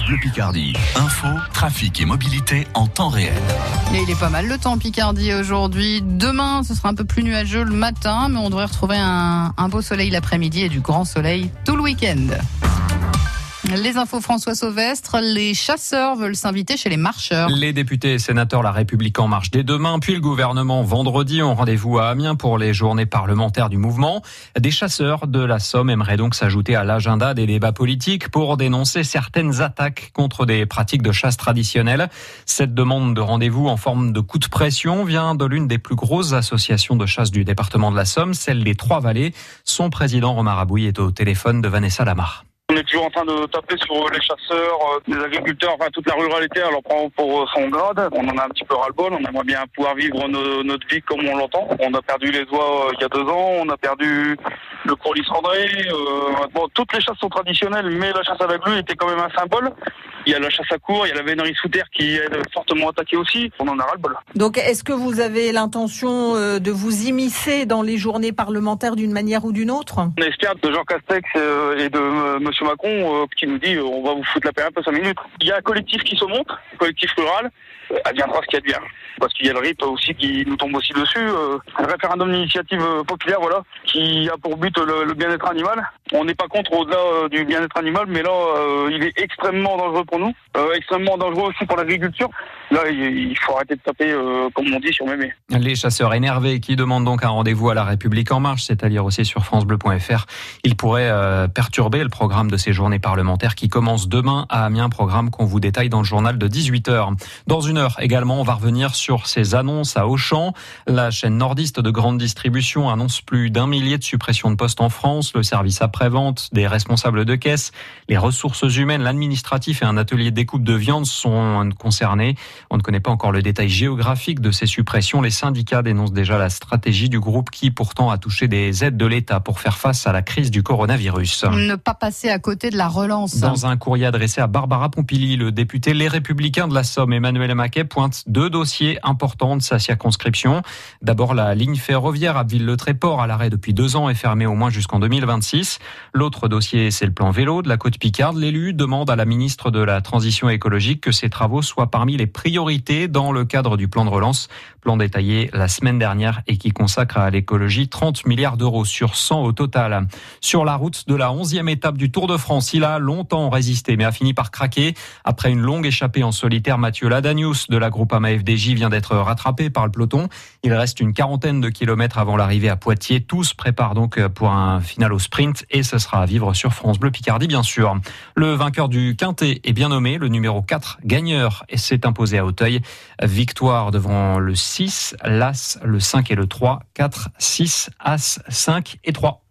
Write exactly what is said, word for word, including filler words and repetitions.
Bleu Picardie. Info, trafic et mobilité en temps réel. Et il est pas mal le temps en Picardie aujourd'hui. Demain, ce sera un peu plus nuageux le matin, mais on devrait retrouver un, un beau soleil l'après-midi et du grand soleil tout le week-end. Les infos François Sauvestre, les chasseurs veulent s'inviter chez les marcheurs. Les députés et sénateurs La République En Marche dès demain, puis le gouvernement vendredi ont rendez-vous à Amiens pour les journées parlementaires du mouvement. Des chasseurs de la Somme aimeraient donc s'ajouter à l'agenda des débats politiques pour dénoncer certaines attaques contre des pratiques de chasse traditionnelles. Cette demande de rendez-vous en forme de coup de pression vient de l'une des plus grosses associations de chasse du département de la Somme, celle des Trois-Vallées. Son président Romain Rabouille est au téléphone de Vanessa Lamar. On est toujours en train de taper sur les chasseurs, les agriculteurs, enfin toute la ruralité, on leur prend pour son grade. On en a un petit peu ras-le-bol, on aimerait bien pouvoir vivre nos, notre vie comme on l'entend. On a perdu les oies il y a deux ans, on a perdu le courlis cendré. Euh, bon, toutes les chasses sont traditionnelles, mais la chasse avec lui était quand même un symbole. Il y a la chasse à courre, il y a la vénerie sous terre qui est fortement attaquée aussi. On en a ras-le-bol. Donc, est-ce que vous avez l'intention de vous immiscer dans les journées parlementaires d'une manière ou d'une autre ? On espère de Jean Castex et de Monsieur Macron qui nous dit on va vous foutre la paix un peu cinq minutes. Il y a un collectif qui se monte, un collectif rural. Adviendra ce qu'il y a de bien. Parce qu'il y a le R I P aussi qui nous tombe aussi dessus. Euh, un référendum d'initiative populaire, voilà, qui a pour but le, le bien-être animal. On n'est pas contre au-delà euh, du bien-être animal, mais là, euh, il est extrêmement dangereux pour nous, euh, extrêmement dangereux aussi pour l'agriculture. Là, il, il faut arrêter de taper, euh, comme on dit, sur mémé. Les chasseurs énervés qui demandent donc un rendez-vous à La République En Marche, c'est à dire aussi sur francebleu point fr. Ils pourraient euh, perturber le programme de ces journées parlementaires qui commencent demain à Amiens, programme qu'on vous détaille dans le journal de dix-huit heures. Dans une heure également, on va revenir sur ces annonces à Auchan. La chaîne nordiste de grande distribution annonce plus d'un millier de suppressions de postes en France. Le service après-vente, des responsables de caisse, les ressources humaines, l'administratif et un atelier de découpe de viande sont concernés. On ne connaît pas encore le détail géographique de ces suppressions. Les syndicats dénoncent déjà la stratégie du groupe qui pourtant a touché des aides de l'État pour faire face à la crise du coronavirus. Ne pas passer à côté de la relance. Dans un courrier adressé à Barbara Pompili, le député Les Républicains de la Somme, Emmanuel Maquet, pointe deux dossiers importants de sa circonscription. D'abord, la ligne ferroviaire Abbeville-le-Tréport à l'arrêt depuis deux ans est fermée au moins jusqu'en deux mille vingt-six. L'autre dossier, c'est le plan vélo de la Côte-Picarde. L'élu demande à la ministre de la Transition écologique que ces travaux soient parmi les priorités dans le cadre du plan de relance. Plan détaillé la semaine dernière et qui consacre à l'écologie trente milliards d'euros sur cent au total. Sur la route de la onzième étape du Tour de France, il a longtemps résisté mais a fini par craquer. Après une longue échappée en solitaire, Mathieu Ladanius de la Groupama F D J vient d'être rattrapé par le peloton. Il reste une quarantaine de kilomètres avant l'arrivée à Poitiers. Tous se préparent donc pour un final au sprint et ce sera à vivre sur France Bleu Picardie bien sûr. Le vainqueur du Quintet est bien nommé, le numéro quatre gagneur et s'est imposé à Auteuil. Victoire devant le six, l'As, le cinq et le trois, quatre, six, As, cinq et trois.